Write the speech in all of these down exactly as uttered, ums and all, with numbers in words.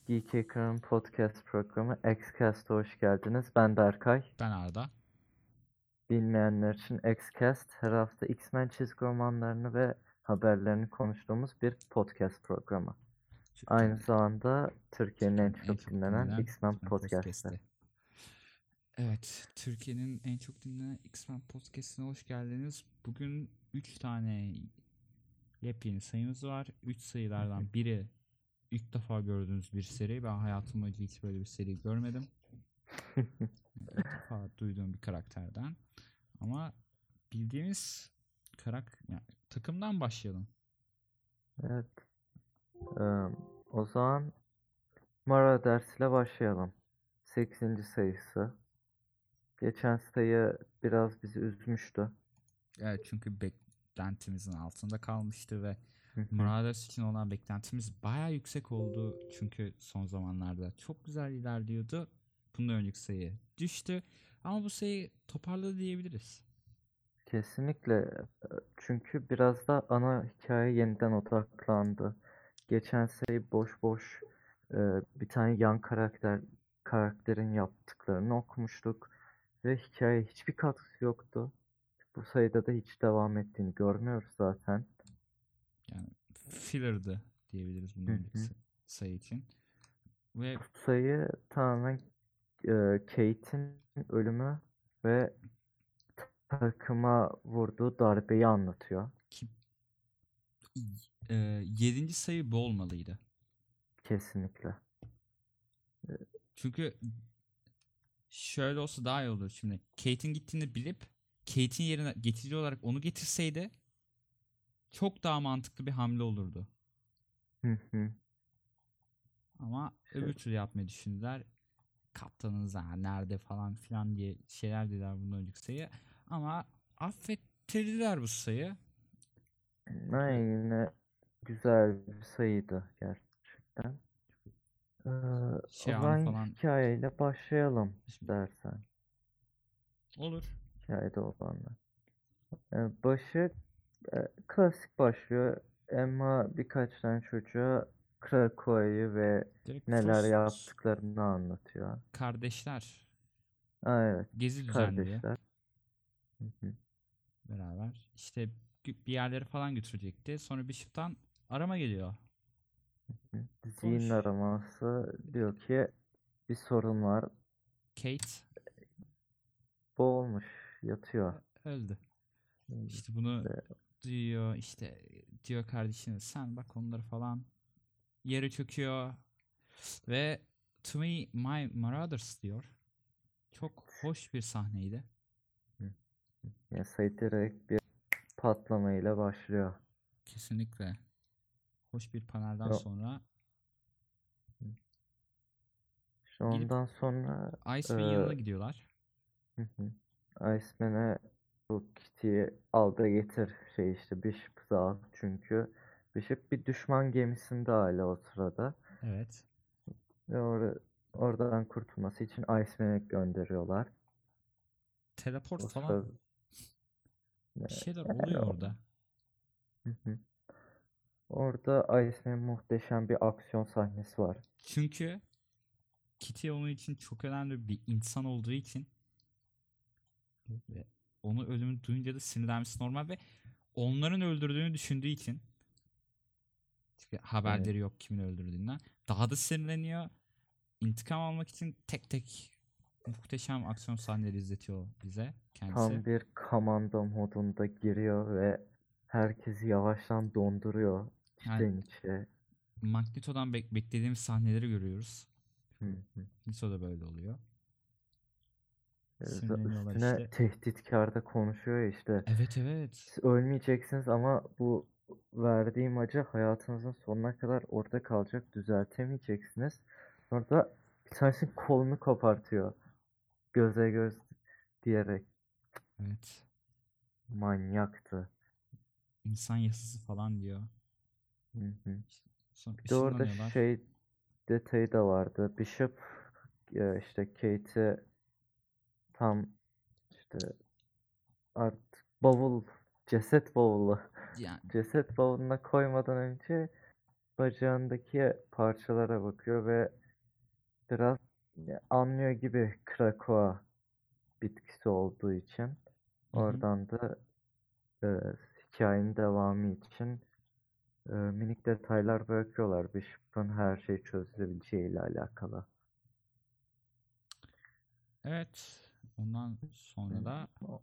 Geek Hacker'ın podcast programı Xcast'a hoş geldiniz. Ben Berkay. Ben Arda. Bilmeyenler için Xcast her hafta X-Men çizgi romanlarını ve haberlerini konuştuğumuz bir podcast programı. Aynı Türkiye'nin zamanda Türkiye'nin en Türkiye'nin en çok çok dinlenen dinlenen X-Men X-Men podcast'ı. Podcast'i. Evet, Türkiye'nin en çok dinlenen X-Men Podcast'ine hoş geldiniz. Bugün üç tane yepyeni sayımız var. üç sayılardan biri ilk defa gördüğünüz bir seri. Ben hayatım boyunca hiç böyle bir seri görmedim. İlk defa duyduğum bir karakterden. Ama bildiğimiz karak yani takımdan başlayalım. Evet. Ee, o zaman Mara dersiyle başlayalım. sekizinci sayısı. Geçen sayı biraz bizi üzmüştü. Evet, çünkü beklentimizin altında kalmıştı ve Hı hı. Marauders için olan beklentimiz bayağı yüksek oldu. Çünkü son zamanlarda çok güzel ilerliyordu. Bundan önceki sayı düştü. Ama bu sayı toparladı diyebiliriz. Kesinlikle. Çünkü biraz da ana hikaye yeniden odaklandı. Geçen sayı boş boş e, bir tane yan karakter karakterin yaptıklarını okumuştuk ve hikayeye hiçbir katkısı yoktu. Bu sayıda da hiç devam ettiğini görmüyoruz zaten. Yani filler'dı diyebiliriz Hı bundan önceki hı. say- sayı için. Ve Bu sayı tamamen e, Kate'in ölümü ve takıma vurduğu darbeyi anlatıyor. ki, e, yedinci sayı bu olmalıydı. Kesinlikle. Çünkü şöyle olsa daha iyi olur. Şimdi Kate'in gittiğini bilip Kate'in yerine getirici olarak onu getirseydi çok daha mantıklı bir hamle olurdu. Hı hı. Ama Şey, öbür türlü yapmayı düşündüler. Kaptanınız ha nerede falan filan diye şeyler dediler bundan önceki sayı. Ama affettirdiler bu sayı. Ve yine güzel bir sayıydı gerçekten. Ee, şey o anı zaman falan hikayeyle başlayalım şimdi dersen. olur. Hikayede olanlar. Ee, başı e, klasik başlıyor. Emma birkaç tane çocuğa Krakow'u ve Direkt neler Frost yaptıklarını anlatıyor. kardeşler Aa, evet, gezi düzenliyor kardeşler. Hı hı. beraber. İşte bir yerlere falan götürecekti. Sonra Bishop'tan arama geliyor. Hı. Zihin Koş. araması diyor ki bir sorun var. Kate Boğulmuş, yatıyor. öldü. Hı. İşte bunu Ve duyuyor. İşte diyor kardeşine sen bak onları falan. Yere çöküyor. Ve To Me My Marauders diyor. Çok hoş bir sahneydi. hı. Yani sayı direkt bir patlamayla başlıyor. Kesinlikle. Hoş bir panelden Yo- sonra İşte gidip ondan sonra e, Iceman'in yanına gidiyorlar. hı hı, Iceman'e bu Kitty'yi al da getir şey işte Bishop'u al çünkü Bishop bir düşman gemisinde hala o sırada Evet. ve or oradan kurtulması için Iceman'e gönderiyorlar. Teleport O falan sırada bir şeyler yani oluyor o- orada. hı hı. Orada Iceman'in muhteşem bir aksiyon sahnesi var. Çünkü Kitty onun için çok önemli bir insan olduğu için ve onu ölümü duyunca da sinirlenmesi normal ve onların öldürdüğünü düşündüğü için çünkü Yani haberleri yok kimin öldürdüğünden daha da sinirleniyor. İntikam almak için tek tek muhteşem aksiyon sahneleri izletiyor bize kendisi. tam bir komando modunda giriyor ve herkesi yavaştan donduruyor Yani içten içe. Magneto'dan bek- beklediğimiz sahneleri görüyoruz. Hı hı. Magneto da böyle oluyor. Ee, Sinirleniyorlar Üstüne işte. tehditkar da konuşuyor ya işte. Evet, evet. Siz ölmeyeceksiniz ama bu verdiğim acı hayatınızın sonuna kadar orada kalacak. Düzeltemeyeceksiniz. Orada bir tanesinin kolunu kopartıyor. Göze göz diyerek. Evet. Manyaktı. İnsan yasası falan diyor. Hı hı. Sonra Bir de orada ışınlanıyorlar. şey detayı da vardı. Bishop e, işte Kate'i tam işte artık bavul, ceset bavulu. Yani Ceset bavuluna koymadan önce bacağındaki parçalara bakıyor ve biraz ya, anlıyor gibi Krakoa bitkisi olduğu için. Hı hı. Oradan da e, hikayenin devamı için e, minik detaylar bırakıyorlar. Bishop'un her şeyi çözülebileceğiyle alakalı. Evet. Ondan sonra Hmm, da o-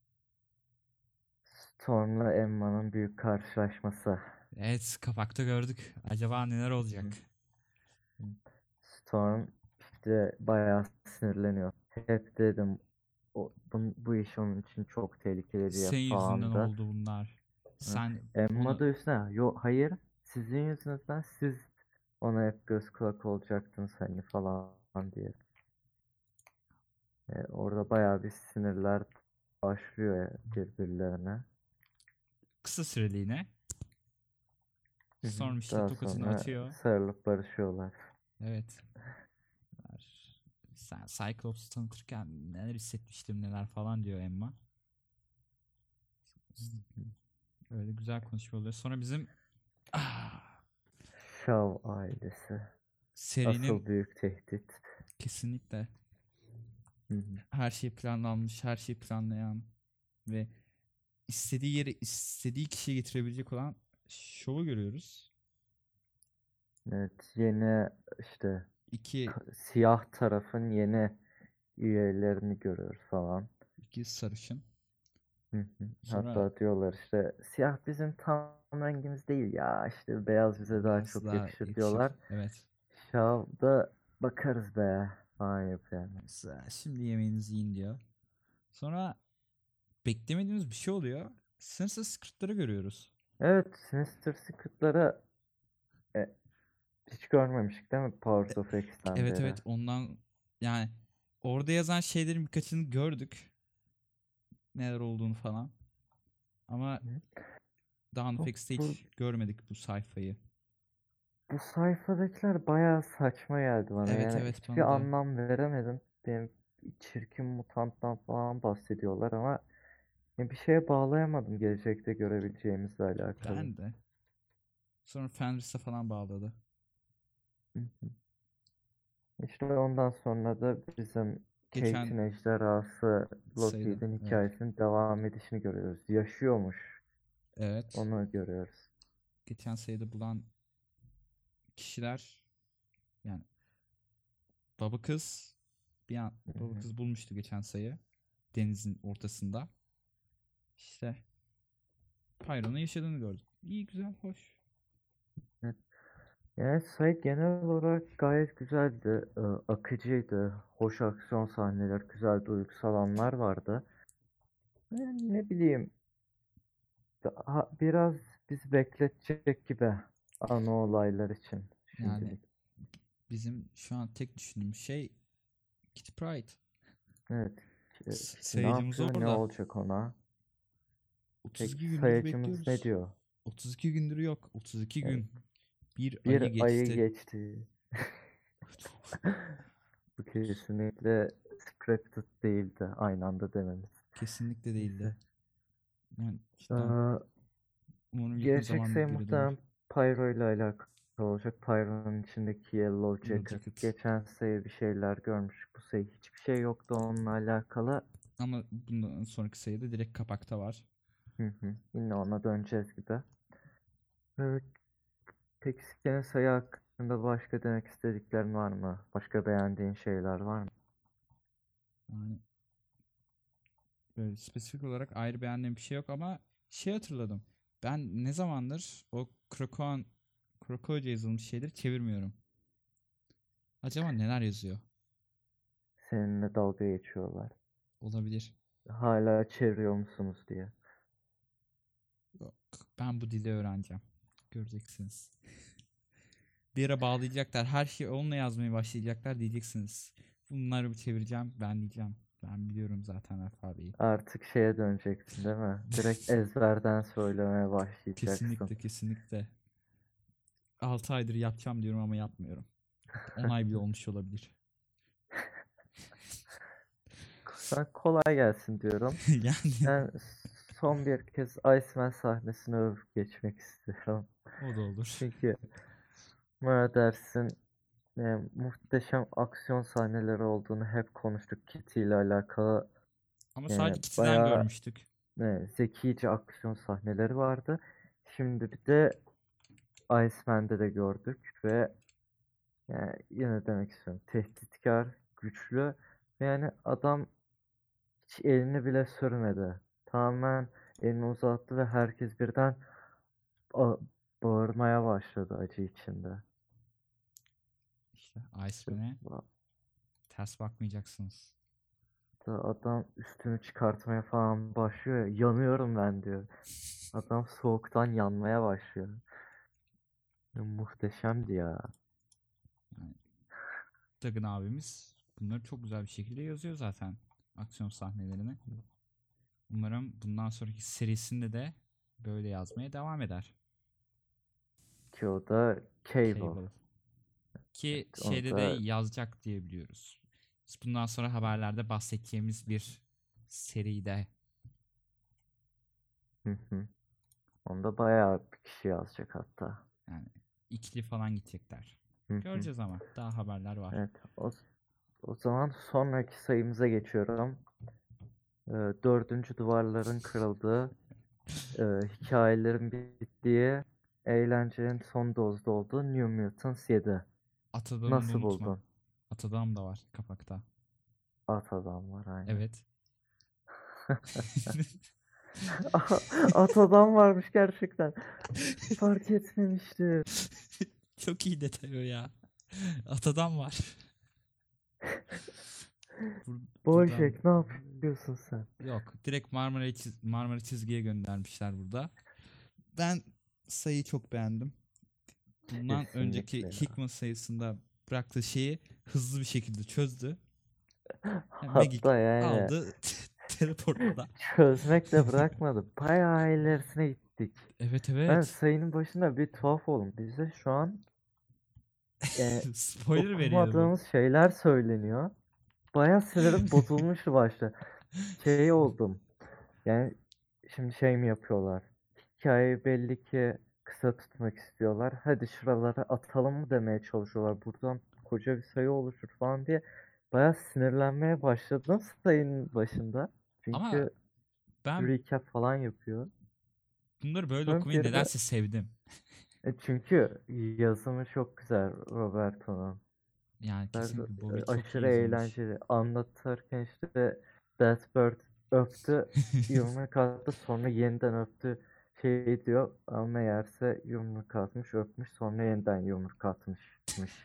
Storm'la Emma'nın büyük karşılaşması. evet, kapakta gördük. Acaba neler olacak? Hı hı. Storm işte bayağı sinirleniyor. Hep dedim o, bu, bu iş onun için çok tehlikeli diye Senin yüzünden falan da. oldu bunlar. Hı. Sen Emma bunu da üstüne yo hayır sizin yüzünüzden siz ona hep göz kulak olacaktınız hani falan diye. E, orada bayağı bir sinirler başlıyor ya birbirlerine. kısa süreliğine Hı hı. Storm işte Daha tokatını sonra atıyor. sarılıp barışıyorlar. Evet. Sen Cyclops'u tanıtırken neler hissetmiştim neler falan diyor Emma. Hı hı. Öyle güzel konuşma oluyor. Sonra bizim ah, Shaw ailesi. serinin Asıl büyük tehdit. kesinlikle Hı hı. her şey planlanmış, her şeyi planlayan ve istediği yere istediği kişiyi getirebilecek olan şovu görüyoruz. Evet, yeni işte İki, ka- siyah tarafın yeni üyelerini görüyoruz falan. iki sarışın. Hı hı. Sonra Hatta diyorlar işte siyah bizim tam rengimiz değil ya işte beyaz bize daha beyaz çok daha yakışır diyorlar. yakışır. Evet. Şav'da bakarız be falan yapıyor. Yani. Mesela şimdi yemeğinizi yiyin diyor. Sonra beklemediğimiz bir şey oluyor. Sınırsız script'ları görüyoruz. Evet, Sinister Secret'ları e, hiç görmemiştik değil mi E- Powers of X'ten Evet, beri? evet, ondan yani orada yazan şeylerin birkaçını gördük. Neler olduğunu falan. Ama Hı. Dawn of Bu, X'te bu, hiç görmedik bu sayfayı. bu sayfadakiler bayağı saçma geldi bana. Evet, Yani evet, hiçbir bana da. anlam veremedim. Benim çirkin mutanttan falan bahsediyorlar ama ya bir şeye bağlayamadım gelecekte görebileceğimizle alakalı. Ben de. Sonra Fenris'e falan bağladı. Hı hı. İşte ondan sonra da bizim Geçen Kate'in ejderhası sayıda. Loki'nin Evet. hikayesinin devam edişini görüyoruz. Yaşıyormuş. Evet. Onu görüyoruz. Geçen sayıda bulan kişiler, yani baba kız bir an Hı baba hı. kız bulmuştu geçen sayı. Denizin ortasında. İşte Pyro'nun yaşadığını gördük. İyi, güzel, hoş. Evet. Yani sayı genel olarak gayet güzeldi. Ee, akıcıydı. Hoş aksiyon sahneler, güzel duygusal anlar vardı. Yani ne bileyim, daha biraz bizi bekletecek gibi ana olaylar için Yani şimdilik. bizim şu an tek düşündüğümüz şey Kitty Pryde. Evet. Ki- S- Kitty ne sayıcımız yapıyor? Ne orada. olacak ona? Peki otuz iki gündür sayacımız ne bekliyoruz. diyor? otuz iki gündür yok. otuz iki Evet, gün. Bir bir ayı ayı geçti. geçti. Bu kesinlikle scripted değildi. Aynı anda dememiz. Kesinlikle değildi. Neyse. Yani cidden Ee, umarım yakın Gelecek zamanda sayı geri döner. muhtemelen Pyro ile alakalı olacak. Pyro'nun içindeki Yellow Yellow Jacket. Jacket. Geçen sayı bir şeyler görmüş. Bu sayı hiçbir şey yoktu onunla alakalı. Ama bundan sonraki sayıda direkt kapakta var. Hı hı. Yine ona döneceğiz gibi. Evet. Peki senin sayı hakkında başka demek istediklerin var mı? Başka beğendiğin şeyler var mı? Yani böyle spesifik olarak ayrı beğendiğim bir şey yok ama şey hatırladım. Ben ne zamandır o Krakoan Krakoaca yazılmış şeyleri çevirmiyorum. Acaba neler yazıyor? Seninle dalga geçiyorlar. Olabilir. Hala çeviriyor musunuz diye. Yok, ben bu dili öğreneceğim. Göreceksiniz. Bir ara bağlayacaklar. Her şeyi onunla yazmaya başlayacaklar. Diyeceksiniz. Bunları çevireceğim. Ben diyeceğim. Ben biliyorum zaten alfabeyi. Artık şeye döneceksin değil mi? Direkt ezberden söylemeye başlayacaksın. Kesinlikle, kesinlikle. altı aydır yapacağım diyorum ama yapmıyorum. on ay bile olmuş olabilir. Sana kolay gelsin diyorum. Yani Ben son bir kez Iceman sahnesini övüp geçmek istiyorum. o da olur. Çünkü Mara dersin e, muhteşem aksiyon sahneleri olduğunu hep konuştuk Kitty ile alakalı. Ama E, sadece Kitty'den bayağı görmüştük. e, zekice aksiyon sahneleri vardı. Şimdi bir de Iceman'de de gördük ve yani yine demek istiyorum tehditkar, güçlü ve yani adam hiç elini bile sürmedi. Tamamen elini uzattı ve herkes birden a- bağırmaya başladı acı içinde. İşte Iceman'e ters bakmayacaksınız. Da adam üstünü çıkartmaya falan başlıyor. ya, Yanıyorum ben diyor. Adam soğuktan yanmaya başlıyor. Ya, muhteşemdi ya. Yani Duggan abimiz bunları çok güzel bir şekilde yazıyor zaten. Aksiyon sahnelerini. Umarım bundan sonraki serisinde de böyle yazmaya devam eder. Ki o da Cable. Cable. Ki Onu şeyde de da yazacak diye biliyoruz. Biz bundan sonra haberlerde bahsedeceğimiz bir seride. hı hı. Onu da bayağı bir kişi yazacak hatta. Yani ikili falan gidecekler. Hı hı. Göreceğiz ama daha haberler var. Evet. O, o zaman sonraki sayımıza geçiyorum. Ee, dördüncü duvarların kırıldığı, e, hikayelerin bittiği, eğlencenin son dozda olduğu New Mutants yedi. At adamını da Nasıl unutma. buldun? At adam da var kapakta. At adam var aynen. Evet. At adam varmış gerçekten. Fark etmemiştim. Çok iyi detay o ya. At adam var. Bur- buradan Boyşek ne yapıyorsun sen? yok. Direkt Marmara çiz- Marmara çizgiye göndermişler burada. Ben sayıyı çok beğendim. Bundan önceki Kesinlikle ya. Hickman sayısında bıraktığı şeyi hızlı bir şekilde çözdü. Yani Magik Hatta yani aldı teleportla. çözmekle bırakmadı. Bayağı ilerisine gittik. Evet Ben evet. sayının başında bir tuhaf oldum. Bize şu an e, Spoiler veriyor bu. okumadığımız şeyler söyleniyor. Bayağı sinirim bozulmuştu başta. Şey oldum. Yani şimdi şey mi yapıyorlar? Hikayeyi belli ki kısa tutmak istiyorlar. Hadi şuralara atalım mı demeye çalışıyorlar. Buradan koca bir sayı oluşur falan diye. Bayağı sinirlenmeye başladım sayının başında. Ama Çünkü ben recap falan yapıyor. bunları böyle Sonra okumayı bir de nedense sevdim. e, çünkü yazımı çok güzel Roberto'nun. Yani Her- kesinlikle e, Bobby çok iyi Aşırı yazılmış. eğlenceli. Anlatırken işte Deathbird öptü, yumruk attı, sonra yeniden öptü. Şey diyor ama meğerse yumruk atmış, öpmüş, sonra yeniden yumruk atmışmış.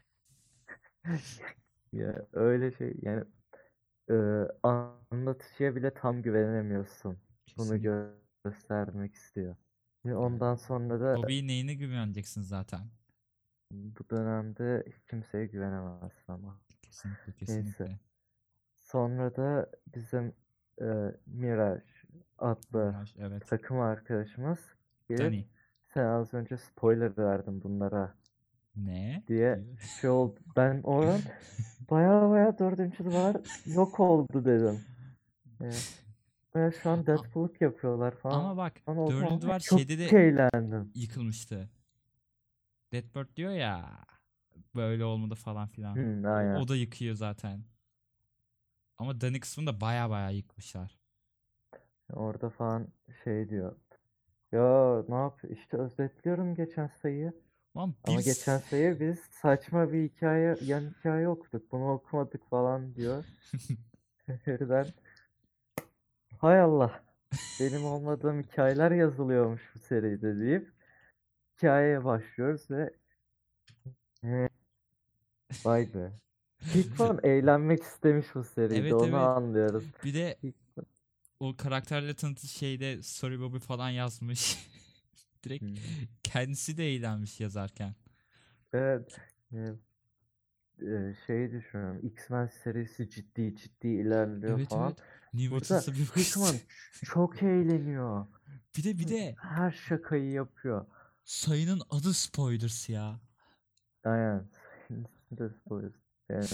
Ya öyle şey yani e, anlatıcıya bile tam güvenemiyorsun. Bunu Kesinlikle. gö- göstermek istiyor. Ve Yani ondan sonra da Bobby'ye neyine güveneceksin zaten. bu dönemde hiç kimseye güvenemezsin ama. Kesinlikle Neyse. kesinlikle. Sonra da bizim e, Mirage adlı Mirage evet. takım arkadaşımız gelip Dani. sen az önce spoiler verdin bunlara Ne? diye Diyor. şey oldu. Ben oradan baya baya dördüncü duvar yok oldu dedim. E, ve şu an A- Deadpool'luk yapıyorlar Ama falan bak oldum dördüncü ama duvar çok şeyde de eğlendim. yıkılmıştı. Deadbird diyor ya böyle olmadı falan filan. Hı, O, aynen. o da yıkıyor zaten. Ama Dani kısmını da baya baya yıkmışlar. Orada falan şey diyor. Ya ne yap? İşte özetliyorum geçen sayıyı. Lan bir Ama geçen sayı biz saçma bir hikaye, yan hikaye okuduk. Bunu okumadık falan diyor. Birden hay Allah benim olmadığım hikayeler yazılıyormuş bu seride deyip hikayeye başlıyoruz ve "He, vay be. Hickman eğlenmek istemiş bu seride Evet onu evet. anlıyoruz. Bir de Hickman. o karakterle tanıtı şeyde Sorry Bobby falan yazmış. Direkt Hmm. kendisi de eğlenmiş yazarken. Evet. e, e, şey düşünüyorum. X-Men serisi ciddi ciddi ilerliyor Evet falan. evet. New Burada Mutants'a bir Hickman bakış. ç- çok eğleniyor. Bir de bir de Her şakayı yapıyor. sayının adı Spoilers ya. Aynen. De spoilers. Yani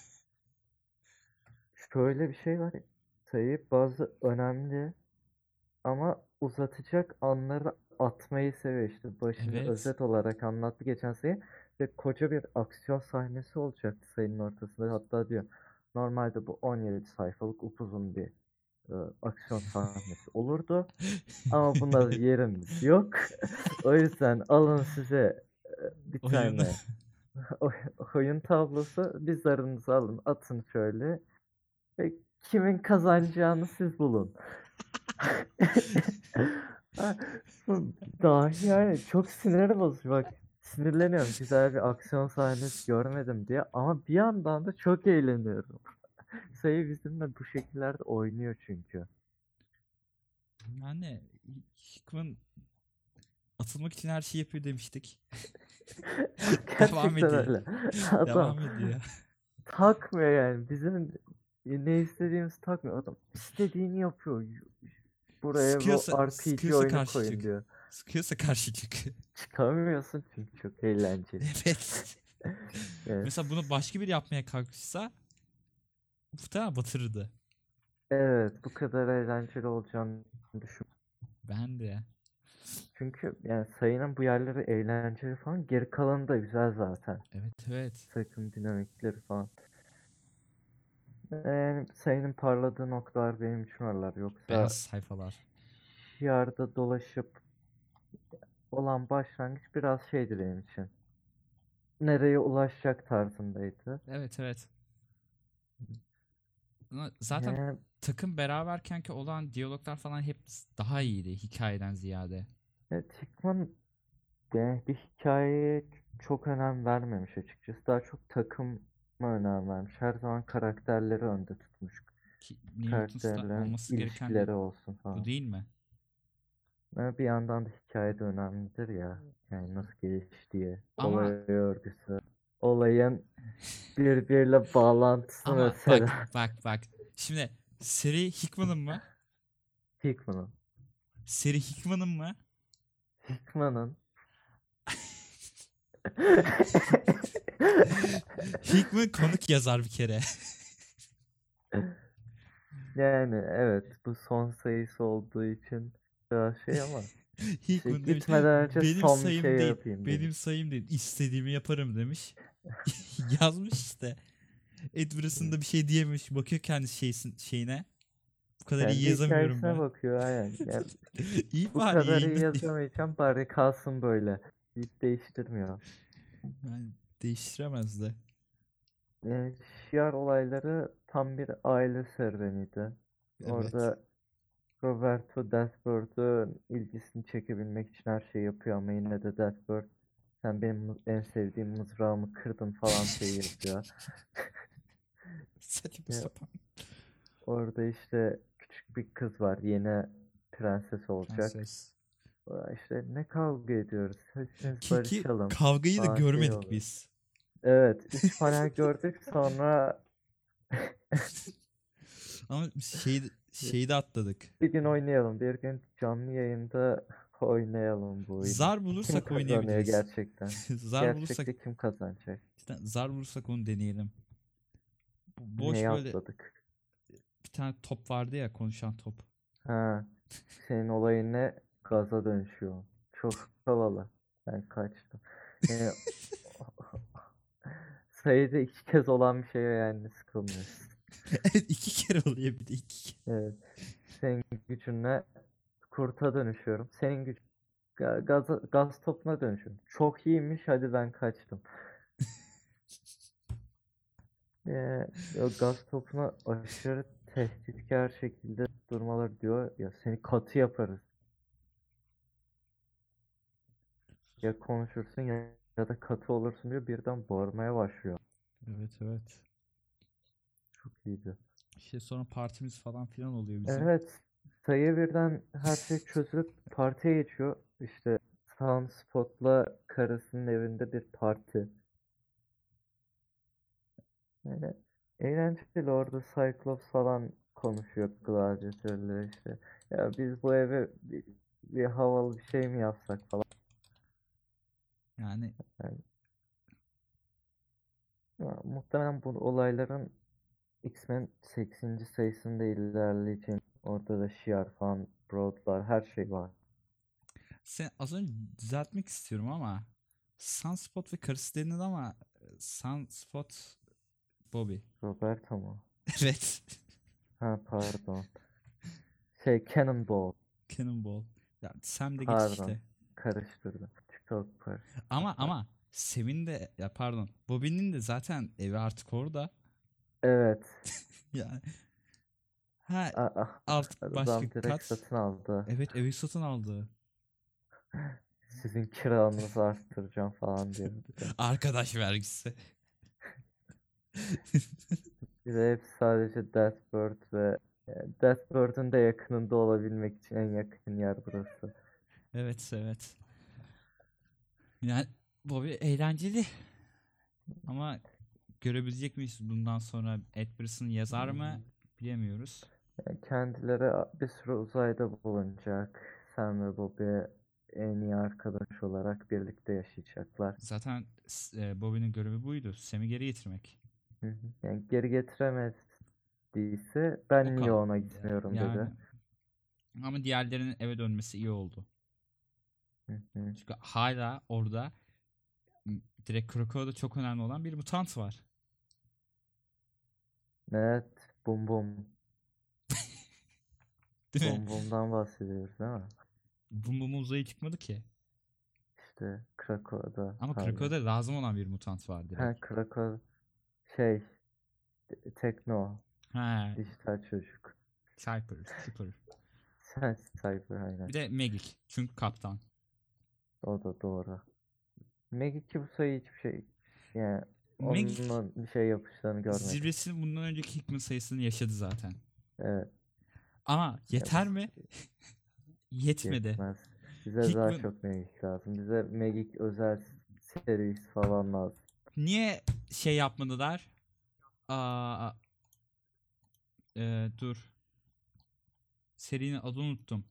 şöyle bir şey var. Sayı bazı önemli ama uzatacak anları atmayı seviyor işte. Başını Evet. özet olarak anlattı geçen sayı. işte koca bir aksiyon sahnesi olacaktı sayının ortasında. Hatta diyor normalde bu on yedi sayfalık upuzun bir e, aksiyon sahnesi olurdu. Ama buna yerimiz yok. O yüzden alın size e, bir Oyun. tane oy- oyun tablosu. Bir zarınızı alın atın şöyle. Ve kimin kazanacağını siz bulun. Ha, bu dahi yani çok sinir bozucu bak. Sinirleniyorum güzel bir aksiyon sahnesi görmedim diye ama bir yandan da çok eğleniyorum. Sayı bizimle bu şekillerde oynuyor çünkü. Yani Hickman atılmak için her şeyi yapıyor demiştik. Devam Gerçekten ediyor. öyle. Adam Devam ediyor. takmıyor yani. Bizim ne istediğimizi takmıyor. Adam istediğini yapıyor. Buraya bu Sıkıyorsa, R P G sıkıyorsa oyunu karşı koyun çık. diyor. Sıkıyorsa karşı çık. Çıkamıyorsun çünkü çok eğlenceli. Evet. Evet. Mesela bunu başka biri yapmaya kalkışsa muhtemelen batırırdı. Evet, bu kadar eğlenceli olacağını düşün. Ben de. Çünkü yani sayının bu yerleri eğlenceli falan. Geri kalanı da güzel zaten. Evet, evet. Takım dinamikleri falan. Yani sayının parladığı noktalar benim için oralar. Beyaz Yoksa sayfalar. yarda dolaşıp olan başlangıç biraz şeydi benim için. Nereye ulaşacak tarzındaydı. Evet, evet. Ama zaten Yani takım beraberkenki olan diyaloglar falan hep daha iyiydi hikayeden ziyade. evet, Hickman yani bir hikayeye çok önem vermemiş açıkçası. Daha çok takıma önem vermiş. Her zaman karakterleri önde tutmuş. Ki Newton'sta Karakterlerin olması gereken ilişkileri olsun bu falan. değil mi? Ama bir yandan da hikaye de önemlidir ya. Yani nasıl geliştiği, olay Ama örgüsü, olayın birbiriyle bağlantısı ama bak mesela. bak bak. Şimdi seri Hickman'ın mı? Hickman'ın. Seri Hickman'ın mı? Hickman'ın. Hickman konuk yazar bir kere. Yani evet bu son sayısı olduğu için biraz şey ama işte Hickman demiş gitmeden önce benim son bir şey sayım değil. yapayım demiş. Benim sayım değil. İstediğimi yaparım demiş. Yazmış işte. Ed Brus'un Evet. da bir şey diyememiş. Bakıyor kendi şeysin, şeyine. Bu kadar iyi Kendi yazamıyorum hikayesine ben. bakıyor aynen. Yani İyi bu bari kadar iyi yayınlanıyor. yazamayacağım bari kalsın böyle. Deyip değiştirmiyor. Yani değiştiremezdi. Yani Şiar olayları tam bir aile serüveniydi. Evet. Orada Roberto Despert'ın ilgisini çekebilmek için her şeyi yapıyor ama yine de Desperт sen benim mı- en sevdiğim mızrağımı kırdın falan şeyi yapıyor. Saçma Ya sapan. orada işte küçük bir kız var yeni prenses olacak. Prenses. Aa, İşte ne kavga ediyoruz hepimiz Ki, ki barışalım kavgayı da falan şey görmedik oluyor. biz. Evet üç panel gördük sonra Ama şeyi, şeyi de atladık. bir gün oynayalım bir gün canlı yayında oynayalım bu oyunu. Zar Kim bulursak kazanıyor oynayabiliriz. gerçekten? Zar bulursak Gerçekte kim kazanacak? cidden zar bulursak onu deneyelim. Bu boş Neyi böyle atladık? bir tane top vardı ya, konuşan top. Ha, senin olayın ne? Gaza dönüşüyor. Çok havalı. Ben kaçtım. Yani, sayıda iki kez olan bir şey yani sıkılmıyorsun. Evet, iki kere oluyor bir de iki kere. Evet. Senin gücünle kurta dönüşüyorum. Senin güç ga- gaz, gaz topuna dönüşüyorum. Çok iyiymiş hadi ben kaçtım. Ee, o gaz topuna aşırı tehditkar şekilde durmalar diyor ya seni katı yaparız. Ya konuşursun ya, ya da katı olursun diyor birden bağırmaya başlıyor. Evet, evet. Çok iyiydi. İşte sonra partimiz falan filan oluyor bizim. Evet. Sayı birden her şey çözülüp partiye geçiyor. İşte Sunspot'la karısının evinde bir parti. Yani eğlenceli orada Cyclops falan konuşuyor gladyatörle işte. Ya biz bu eve bir, bir havalı bir şey mi yapsak falan. Yani Yani, ya, muhtemelen bu olayların X-Men sekizinci sayısında ilerleyeceğini orada da Shi'ar falan, Broad'lar her şey var. sen az önce düzeltmek istiyorum ama Sunspot ve karısı denir ama e, Sunspot Bobby. Roberto mu? Evet. Ha pardon. Şey Cannonball. Cannonball. Ya Sam de geç Pardon. işte. Karıştırdım. Çok pardon. Ama ama Sam'in de ya pardon. Bobby'nin de zaten evi artık orada. Evet. Yani ha Aa, alt başka adam direkt kat. satın aldı. Evet evi satın aldı. Sizin kiranızı arttıracağım falan diyor bir de. Arkadaş vergisi. Bir de hep sadece Deathbird ve yani Deathbird'ün de yakınında olabilmek için en yakın yer burası. Evet evet. Yani Bobby eğlenceli. Ama görebilecek miyiz bundan sonra Ed Brisson yazar mı bilemiyoruz. Yani kendileri bir süre uzayda bulunacak. Sam ve Bobby en iyi arkadaş olarak birlikte yaşayacaklar. Zaten s- e, Bobby'nin görevi buydu. Sam'i geri getirmek. Hı hı. Yani geri getiremediyse O ben niye kal. ona e, gitmiyorum dedi. Yani ama diğerlerinin eve dönmesi iyi oldu. Hı hı. Çünkü hala orada m, direkt Krakova'da çok önemli olan bir mutant var. Evet, Bum Bum. Değil mi? Bum Bum'dan bahsediyoruz değil mi? Bum Bum uzaya çıkmadı ki. İşte Krakow'da Ama hala. Krakowa'da lazım olan bir mutant var Ha direkt. Krakow şey Tekno Ha, dijital çocuk. Cyper, Super. Sen Cyber aynen. Bir de Magic. Çünkü kaptan. O da doğru. Megiki bu sayı hiçbir şey yani Magic onun bir şey yapışlarını görmedim. zirvesini bundan önceki Hickman sayısını yaşadı zaten. Evet. Ama Ya yeter mi? Yetmedi. yetmez. Bize daha Hickman çok Megik lazım. Bize Megik özel serisi falan lazım. niye şey yapmadılar? Aa, e, dur. Serinin adını unuttum.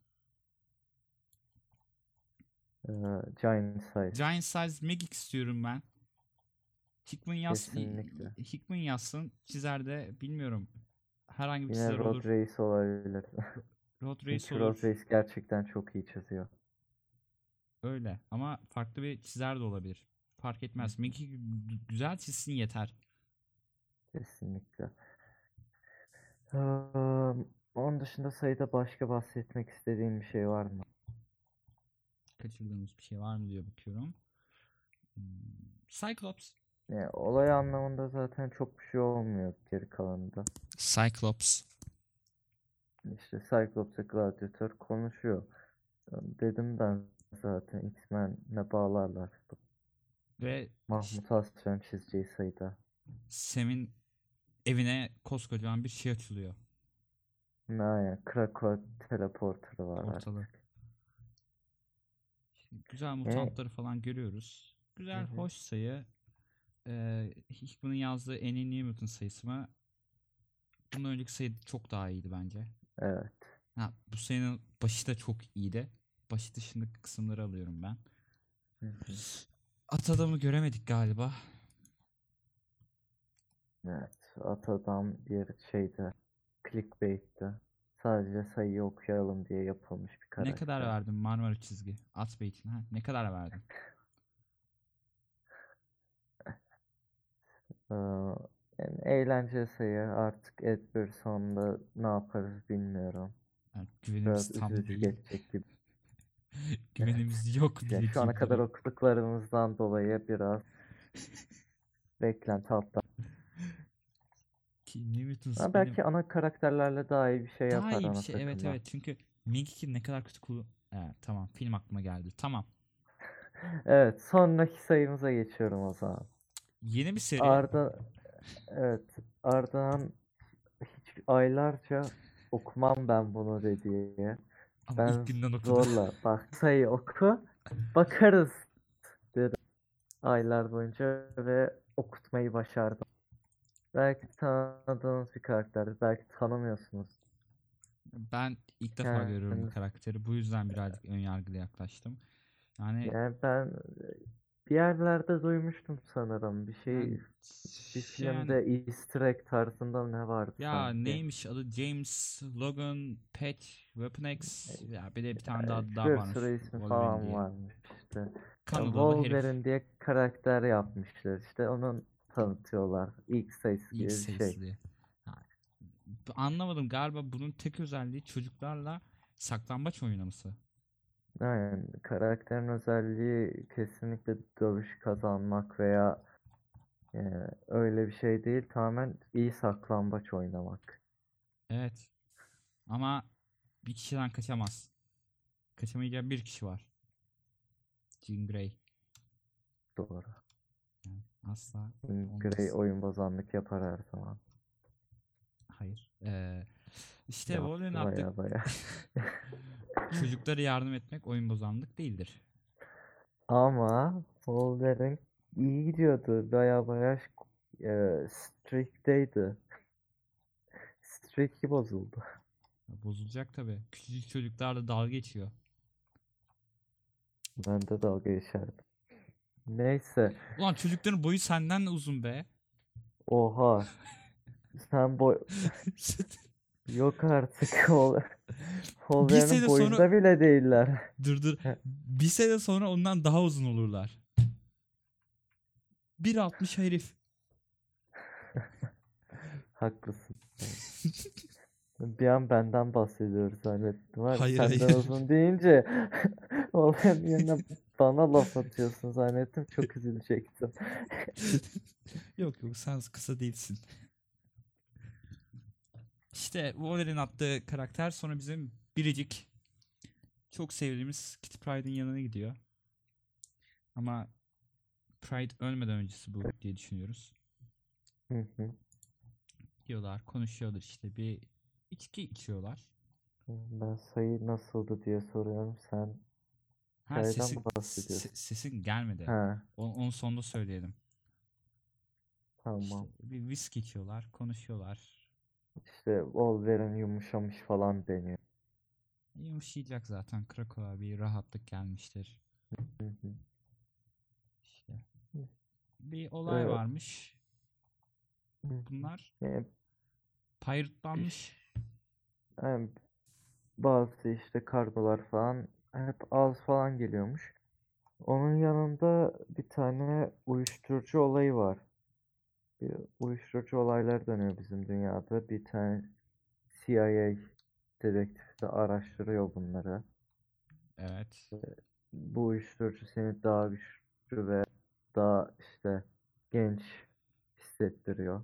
Ee, Giant Size. Giant Size Magic istiyorum ben. Hickman yaz Kesinlikle. Hickman yazsın. Çizer de bilmiyorum. Herhangi bir Yine çizer Road olur. Race olabilir. Road Race Çünkü Road olur. Race gerçekten çok iyi çiziyor. Öyle. Ama farklı bir çizer de olabilir. Fark Hı etmez. hı. Magic gü- güzel çizsin yeter. Kesinlikle. Eee, onun dışında sayıda başka bahsetmek istediğin bir şey var mı? Kaçırdığımız bir şey var mı diye bakıyorum. Hmm, Cyclops. Yani olay anlamında zaten çok bir şey olmuyor geri kalanında. Cyclops. İşte Cyclops ve Gladiator konuşuyor. Dedim ben zaten X-Men'le bağlarlar. Ve Mahmut Aslan çizeceği sayıda. Sam'in evine koskocaman bir şey açılıyor. Aynen Krakow teleporterı var Portalı. artık. Güzel Yani, mutantları falan görüyoruz. hı Güzel, hı, hoş sayı. Ee, Hickman'ın yazdığı en iyi New Mutant sayısı mı? Bundan önceki sayı çok daha iyiydi bence. evet. Ha, bu sayının başı da çok iyiydi. Başı dışındaki kısımları alıyorum ben. Hı hı, At adamı göremedik galiba. evet. Atadan bir şeyde clickbait'te sadece sayıyı okuyalım diye yapılmış bir Ne kadar karakter. verdin Marmara çizgi? At beytin ha? Ne kadar verdin? Ee, yani eğlenceli sayı artık Edberson'da ne yaparız bilmiyorum. Yani güvenimiz Biraz tam üzücü değil. geçecek gibi. Evet. Güvenimiz yok Yani bile şu ana kadar diyebilirim. okuduklarımızdan dolayı biraz beklenti altta. Ki New Mutants Ama benim belki ana karakterlerle daha iyi bir şey daha yapar iyi bir ana şey. Evet takımla. evet. Çünkü Mingek'i ne kadar kötü kullan... Evet, tamam. Film aklıma geldi. Tamam. Evet, sonraki sayımıza geçiyorum o zaman. Yeni bir seri Arda, evet, Arda'nın hiç aylarca okumam ben bunu dediği. ama ilk Ben günden okudu. zorla bak sayı oku, bakarız dedim aylar boyunca ve okutmayı başardım. Belki tanıdığınız bir karakter, belki tanımıyorsunuz. Ben ilk defa görüyorum bu Kendiniz, karakteri. Bu yüzden birazcık önyargılı yaklaştım. Yani yani ben bir yerlerde duymuştum sanırım. Bir yani şey, bir şey yani filmde Easter egg tarzında ne vardı ya sanki. neymiş adı James Logan Patch Weapon X ya bir de bir tane Yani daha daha bir varmış sürü ismi Wolverine falan diye. varmış işte. Kanadalı herif. Wolverine diye karakter yapmışlar işte onun tanıtıyorlar. İlk sayısı İlk gibi bir şey. sesli. Ha, b- anlamadım, galiba bunun tek özelliği çocuklarla saklambaç oynaması. Yani karakterin özelliği kesinlikle dövüş kazanmak veya e, öyle bir şey değil. Tamamen iyi saklambaç oynamak. Evet. Ama bir kişiden kaçamaz. Kaçamayacağı bir kişi var. Jean Grey. Doğru. Yani asla Grey olmaz. oyun bozanlık yapar her zaman. Hayır. Ee, işte Wolverine'in Yaptı attığı baya baya. çocuklara yardım etmek oyun bozanlık değildir. Ama Wolverine iyi gidiyordu. Baya baya e, streak'teydi. Streak'i bozuldu. Bozulacak tabii. Küçücük çocuklarla dalga geçiyor. Ben de dalga geçerdim. Neyse. Ulan çocukların boyu senden de uzun be. Oha. Sen boy... Yok artık. Wol- Bir Wolverine'in sene sonra boyunda bile değiller. dur dur. Bir sene sonra ondan daha uzun olurlar. bir altmış herif. Haklısın. Bir an benden bahsediyoruz zannettim. Var. Hayır Senden hayır. uzun deyince Wolverine yerine bana laf atıyorsun zannettim. Çok üzülecektim. Yok yok, sen kısa değilsin. İşte Wolverine'in attığı karakter sonra bizim biricik çok sevdiğimiz Kitty Pryde'in yanına gidiyor. Ama Pride ölmeden öncesi bu diye düşünüyoruz. Hı hı. Diyorlar, konuşuyorlar, işte bir içki içiyorlar. Ben sayı nasıldı diye soruyorum. Sen Ha, hikayeden sesi se- bahsediyorsun. sesin gelmedi. Ha, Onu, onu sonunda söyleyelim. İşte tamam. bir viski içiyorlar, konuşuyorlar. İşte Wolverine yumuşamış falan deniyor. Yumuşayacak zaten, Krakow'a bir rahatlık gelmiştir. Hı hı. İşte bir olay Ee, varmış. hı hı. Bunlar Yani, pirate'lanmış. yani bazı işte kargolar falan hep az falan geliyormuş. Onun yanında bir tane uyuşturucu olayı var. Bir uyuşturucu olaylar dönüyor bizim dünyada. Bir tane C I A dedektifi de araştırıyor bunları. Evet. Bu uyuşturucu seni daha güçlü ve daha işte genç hissettiriyor.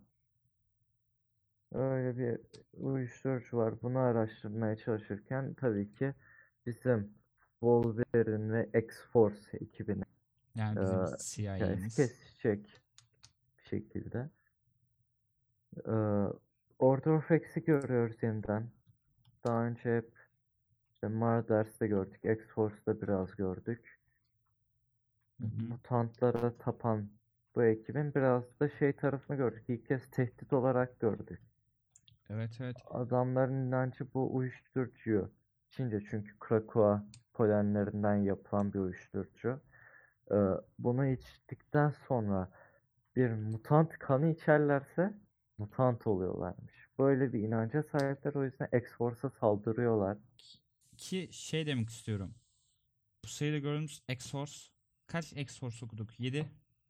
Öyle bir uyuşturucu var. Bunu araştırmaya çalışırken tabii ki bizim Wolverine ve X-Force ekibinin Yani eee bizim hikayesi C I A'miz. kesişecek bir şekilde. Eee Order of X'i görüyoruz yeniden. Daha önce hep işte Marders'te gördük. X-Force'da biraz gördük. Hı hı. Mutantlara tapan bu ekibin biraz da şey tarafını gördük. İlk kez tehdit olarak gördük. Evet evet. Adamların inancı bu uyuşturucuyu içince çünkü Krakoa polenlerinden yapılan bir uyuşturucu. Ee, bunu içtikten sonra bir mutant kanı içerlerse mutant oluyorlarmış. Böyle bir inanca sahipler o yüzden X-Force'a saldırıyorlar. Ki şey demek istiyorum. Bu sayıda gördüğümüz X-Force, kaç X-Force okuduk? yedi.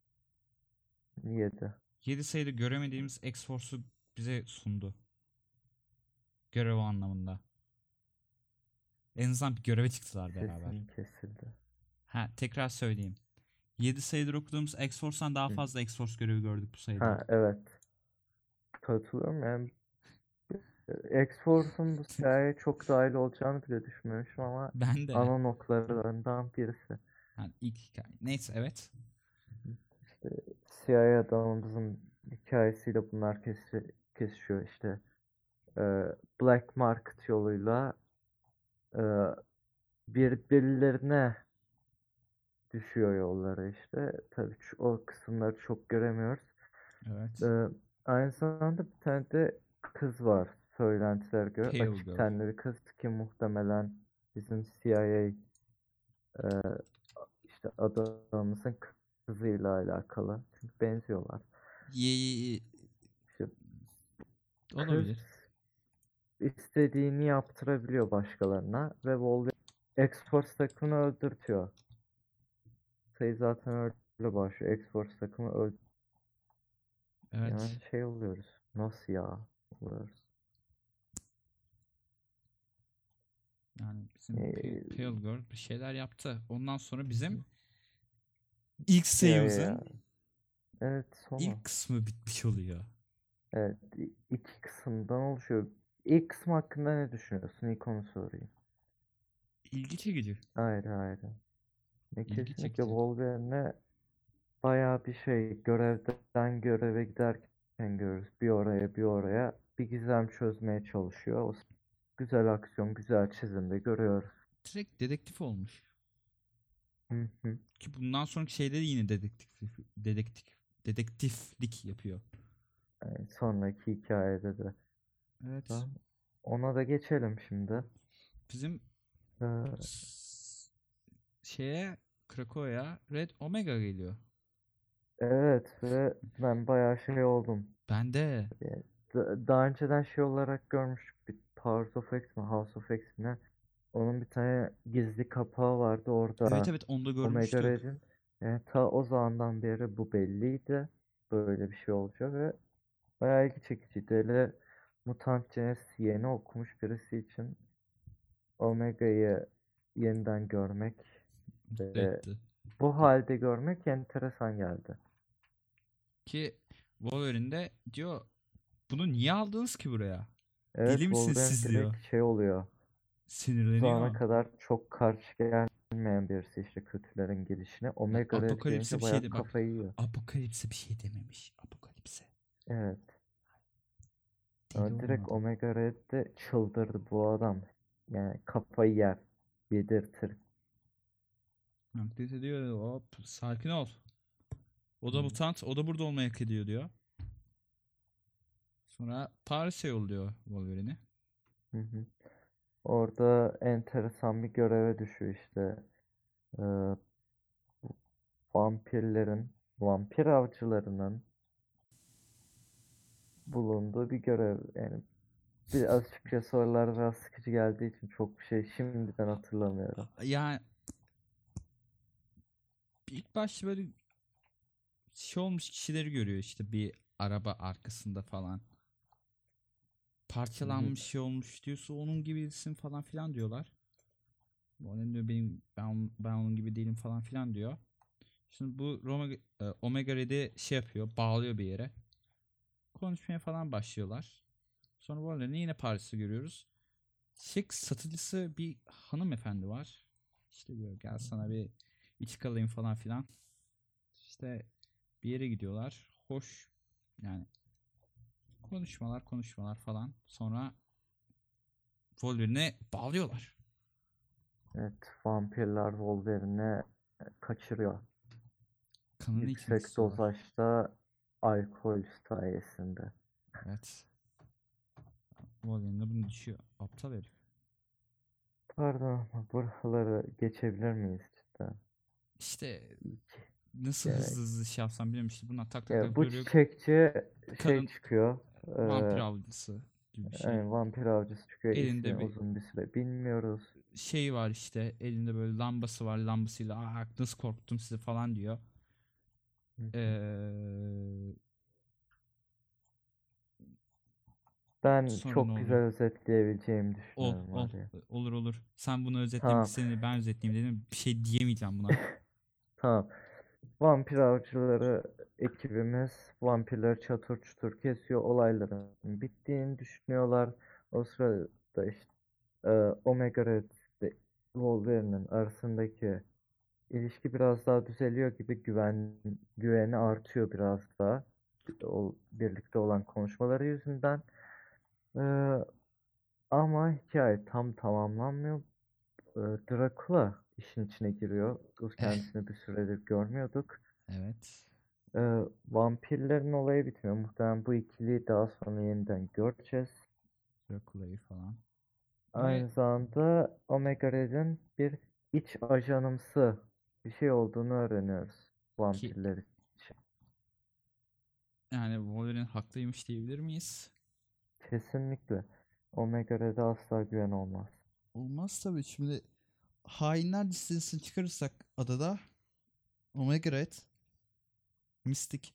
Yedi. yedi sayıda göremediğimiz X-Force'u bize sundu. Görev anlamında. En azından bir göreve çıktılar beraber. Sesin kesildi. Ha, tekrar söyleyeyim. yedi sayıdır okuduğumuz X-Force'dan daha Hı. fazla X-Force görevi gördük bu sayıda. Ha evet. Katılıyorum yani X-Force'un bu hikayeye çok dahil olacağını bile düşünmemiştim ama Ben de. ana noktalarından birisi. Yani ilk hikaye. Neyse, evet. İşte C I A adamımızın hikayesiyle bunlar kesi, kesişiyor işte. Ee, Black Market yoluyla e, birbirlerine düşüyor yollara işte. Tabii şu- o kısımları çok göremiyoruz. Evet. Ee, aynı zamanda bir tane de kız var söylentiler göre. Pale Açık Girl. tenli bir kız ki muhtemelen bizim C I A e, işte adamımızın kızıyla alakalı. Çünkü benziyorlar. Ye İşte kız olabilir. istediğini yaptırabiliyor başkalarına ve Wolverine X-Force takımını öldürtüyor. sayı zaten öyle başlıyor. X-Force takımı öldü. Evet. Yani şey oluyoruz. Nasıl ya? Oluyoruz. Yani bizim Ee, Pe- Pale Girl bir şeyler yaptı. Ondan sonra hı bizim hı. ilk ya ya ya. sayımızın Evet sonu. ilk kısmı bitmiş oluyor. Evet i- iki kısımdan oluşuyor. İlk kısım hakkında ne düşünüyorsun? İlk onu sorayım. İlgi çekici. Hayır hayır. Ya İlgi kesinlikle çekici. Wolverine'e bayağı bir şey görevden göreve giderken görürüz. Bir oraya bir oraya bir gizem çözmeye çalışıyor. O s- güzel aksiyon, güzel çizimde görüyoruz. Direkt dedektif olmuş. Hı hı. Ki bundan sonraki şeyde de yine dedektif dedektif dedektiflik yapıyor. Yani sonraki hikayede de. Evet. Tamam. Ona da geçelim şimdi. Bizim Ee, s- şeye Krakow'a Red Omega geliyor. evet ve ben bayağı şey oldum. Ben de. Yani da- daha önceden şey olarak görmüştük. Bir Powers of X mi, House of X mi ne? Onun bir tane gizli kapağı vardı Evet orada. evet onu da Omega görmüştük. Red'in yani ta o zamandan beri bu belliydi. Böyle bir şey olacak ve bayağı ilgi çekiciydi. Hele Mutant Genesis yeni okumuş birisi için Omega'yı yeniden görmek Mutlu ve etti. bu halde görmek enteresan geldi. Ki Wolverine de diyor bunu niye aldınız ki buraya? Evet Deli misiniz Wolverine siz diyor. direkt şey oluyor. Bu zamana Sinirleniyor. kadar çok karşı gelmeyen birisi işte kötülerin gelişine. Ve Omega Red Apokalips'e gelince bir şey bayağı de bak. kafayı yiyor. Apokalips'e bir şey dememiş. Apokalips'e. Evet. Deli Ama direkt olmadı. Omega Red de çıldırdı bu adam. Yani kafayı yer. Yedirtir. Aktivite diyor hop sakin ol. O Hı da mutant. O da burada olmayı hak ediyor diyor. Sonra Paris'e yolluyor Wolverine'i. hı. Hı. Orada enteresan bir göreve düşüyor işte. Ee, vampirlerin, vampir avcılarının bulunduğu bir görev. Yani bir açıkça sorular biraz sıkıcı geldiği için çok bir şey şimdiden hatırlamıyorum. Yani ilk başta böyle şey olmuş kişileri görüyor işte bir araba arkasında falan. Hı hı. Parçalanmış şey olmuş diyorsa onun gibisin falan filan diyorlar. O ne diyor benim ben, ben onun gibi değilim falan filan diyor. Şimdi bu Roma, e, Omega Red'i şey yapıyor bağlıyor bir yere. Konuşmaya falan başlıyorlar. Sonra bu arada yine Paris'i görüyoruz. Şık satıcısı bir hanımefendi var. İşte diyor gel sana bir içki alayım falan filan. İşte bir yere gidiyorlar. Hoş yani konuşmalar konuşmalar falan. Sonra Wolverine'e bağlıyorlar. Evet, vampirler Wolverine'i kaçırıyor. Kanını içmek Yüksek istiyorlar. dozajda alkol sayesinde. Evet. Wolverine de bunu düşüyor. Aptal herif. Pardon ama buraları geçebilir miyiz cidden? İşte İlk- nasıl Yani, hızlı hızlı şey yapsam bilmiyorum işte bunlar tak tak ya tak bu görüyor. çiçekçi şey Kadın çıkıyor. vampir Eee avcısı gibi bir şey. yani vampir avcısı çıkıyor. İsmini Elinde bir uzun bir süre bilmiyoruz. şey var işte elinde böyle lambası var lambasıyla aa nasıl korkuttum sizi falan diyor. Hı hı. Ee, Ben sonra ne çok güzel oluyor? özetleyebileceğimi Ol, düşünüyorum ol, var ya. olur olur. Sen bunu Tamam. özetlemişsin, ben özetleyeyim dedim. Bir şey diyemeyeceğim buna. Tamam. Vampir avcıları ekibimiz vampirleri çatır çutur kesiyor. Olayların bittiğini düşünüyorlar. O sırada işte e, Omega Red ile Wolverine'in arasındaki ilişki biraz daha düzeliyor gibi güven güveni artıyor biraz daha. O birlikte olan konuşmaları yüzünden. E, ama hikaye tam tamamlanmıyor. E, Dracula işin içine giriyor. Biz kendisini bir süredir görmüyorduk. Evet. Ee, vampirlerin olayı bitmiyor. Muhtemelen bu ikiliyi daha sonra yeniden göreceğiz. Dracula'yı falan. Ve Aynı zamanda Omega Red'in bir iç ajanımsı bir şey olduğunu öğreniyoruz ki vampirler için. yani Wolverine haklıymış diyebilir miyiz? Kesinlikle. Omega Red'e asla güven olmaz. Olmaz tabii. Şimdi hainler listesini çıkarırsak adada Omega Red, Mystic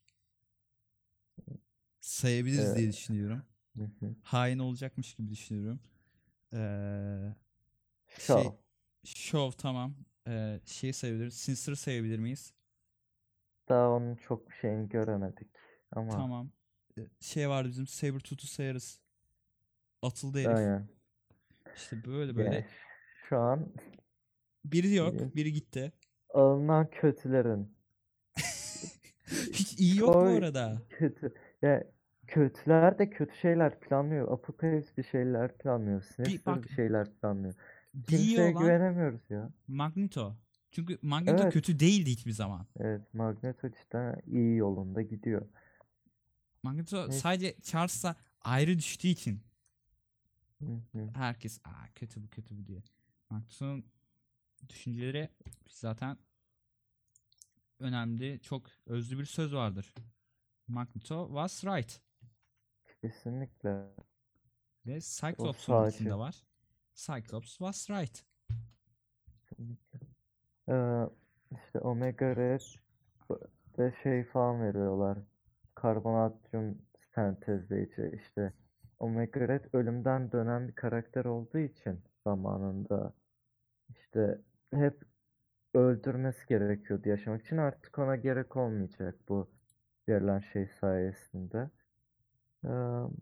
sayabiliriz Ee, diye düşünüyorum. hı hı. Hain olacakmış gibi düşünüyorum. Ee, şey Shaw. Show tamam. Ee, şey sayabiliriz. Sinister sayabilir miyiz? Daha onun çok bir şeyini göremedik. Ama Tamam. Ee, şey vardı bizim Sabretooth'u sayarız. Atıldı herif. aynen. İşte böyle Yani böyle. şu an Biri yok. e, Biri gitti. alınan kötülerin Hiç iyi yok bu çoğu arada. kötü. Yani kötüler de kötü şeyler planlıyor. Apocalypse bir şeyler planlıyor. Bir Sinister bak, bir şeyler planlıyor. bir iyi Kimseye olan güvenemiyoruz ya. Magneto. Çünkü Magneto Evet. kötü değildi hiçbir zaman. Evet. Magneto cidden iyi yolunda gidiyor. Magneto Neyse. sadece Charles'la ayrı düştüğü için Hı hı. herkes aa kötü bu kötü bu diye. Magneto'nun düşünceleri zaten önemli. Çok özlü bir söz vardır. Magneto was right. Kesinlikle. Ve O Cyclops onun içinde sağcı. var. Cyclops was right. Kesinlikle. Ee, işte Omega Red de şey falan veriyorlar. Karbonatyon sentezleyici. İşte Omega Red ölümden dönen bir karakter olduğu için zamanında işte hep öldürmesi gerekiyordu yaşamak için. Artık ona gerek olmayacak bu verilen şey sayesinde. Ee,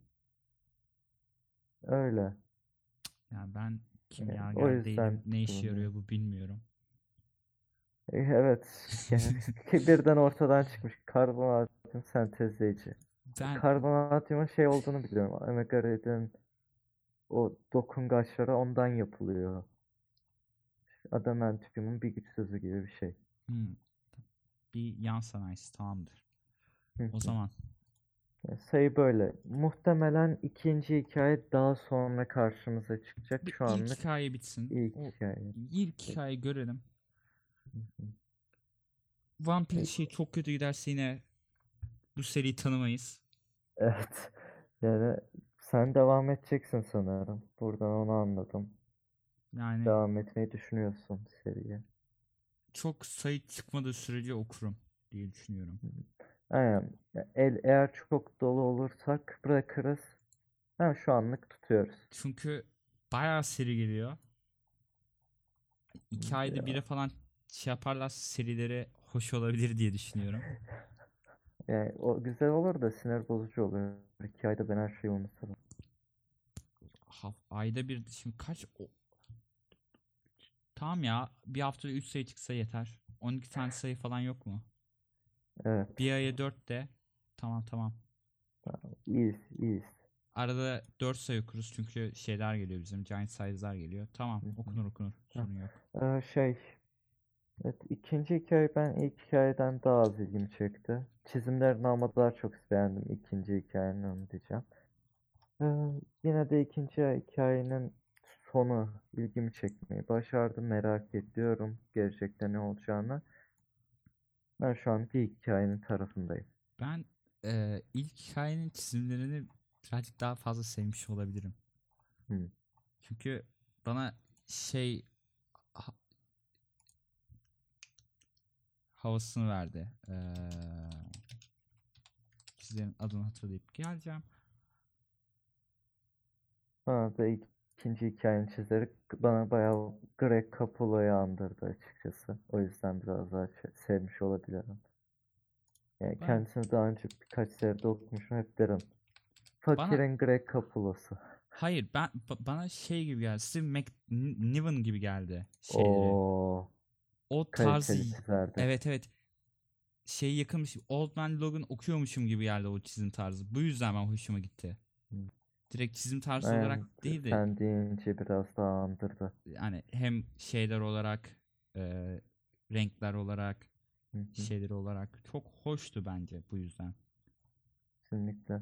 öyle. Yani ben Yani o kimyager değilim. yüzden Ne işe bulunuyor. yarıyor bu bilmiyorum. E, Evet, yani birden ortadan çıkmış karbonatın sentezleyici. Ben Karbonatın şey olduğunu biliyorum. Omega Red'in o dokungaçları ondan yapılıyor. Adamantium'un bir güçsüzü gibi bir şey. hmm, bir yan sanayisi tamamdır. Hı O hı. zaman Yani sayı böyle. Muhtemelen ikinci hikaye daha sonra karşımıza çıkacak. bir Şu ilk anlık hikaye bitsin. ilk O hikaye. ilk hikaye görelim. Hı hı. Vampir E, şey çok kötü giderse yine bu seriyi tanımayız. Evet. Yani sen devam edeceksin sanırım. Buradan onu anladım. Yani Devam etmeyi düşünüyorsun seriye. çok sayı çıkmadığı sürece okurum diye düşünüyorum. Aynen. Ya El, eğer çok dolu olursak bırakırız. Ha, şu anlık tutuyoruz. Çünkü bayağı seri geliyor. İki ayda bire falan şey yaparlarsa serileri hoş olabilir diye düşünüyorum. Yani o güzel olur da sinir bozucu oluyor. İki ayda ben her şeyi unuturum. Ha, ayda bir şimdi kaç o, tamam ya bir haftada üç sayı çıksa yeter. on iki tane sayı falan yok mu? Evet. Bir aya dört de tamam tamam. İyiyiz, iyiyiz. Arada dört sayı okuruz çünkü şeyler geliyor bizim giant size'lar geliyor. Tamam Hı hı. okunur okunur Ha, sorun yok. Ee, şey, evet, ikinci hikaye ben ilk hikayeden daha az ilgimi çekti. Çizimlerini ama daha çok beğendim ikinci hikayenin, onu diyeceğim. Ee, yine de ikinci hikayenin sonu ilgimi çekmeyi başardı. Merak ediyorum gelecekte ne olacağını. Ben şu an bir hikayenin tarafındayım. Ben e, ilk hikayenin çizimlerini birazcık daha fazla sevmiş olabilirim. Hmm. Çünkü bana şey ha- havasını verdi. Ee, çizerin adını hatırlayıp geleceğim. Bana da ilk, ikinci hikayenin çizeri bana bayağı Greg Capullo'yu andırdı açıkçası. O yüzden biraz daha ç- sevmiş olabilirim. Yani Ben kendisini daha önce birkaç seride okumuşum, hep derim. bana Fakirin Greg Capullo'su. hayır ben ba- bana şey gibi geldi. Steve McNiven gibi geldi şeyleri. O O tarzı kaliteli çizerdi. evet evet şey yakınmış. Old Man Logan okuyormuşum gibi geldi o çizim tarzı. Bu yüzden ben hoşuma gitti. Hmm. Direkt çizim tarzı olarak Aynen, değil de sen deyince biraz daha andırdı. yani hem şeyler olarak e, renkler olarak Hı hı, şeyleri olarak çok hoştu bence bu yüzden. kesinlikle.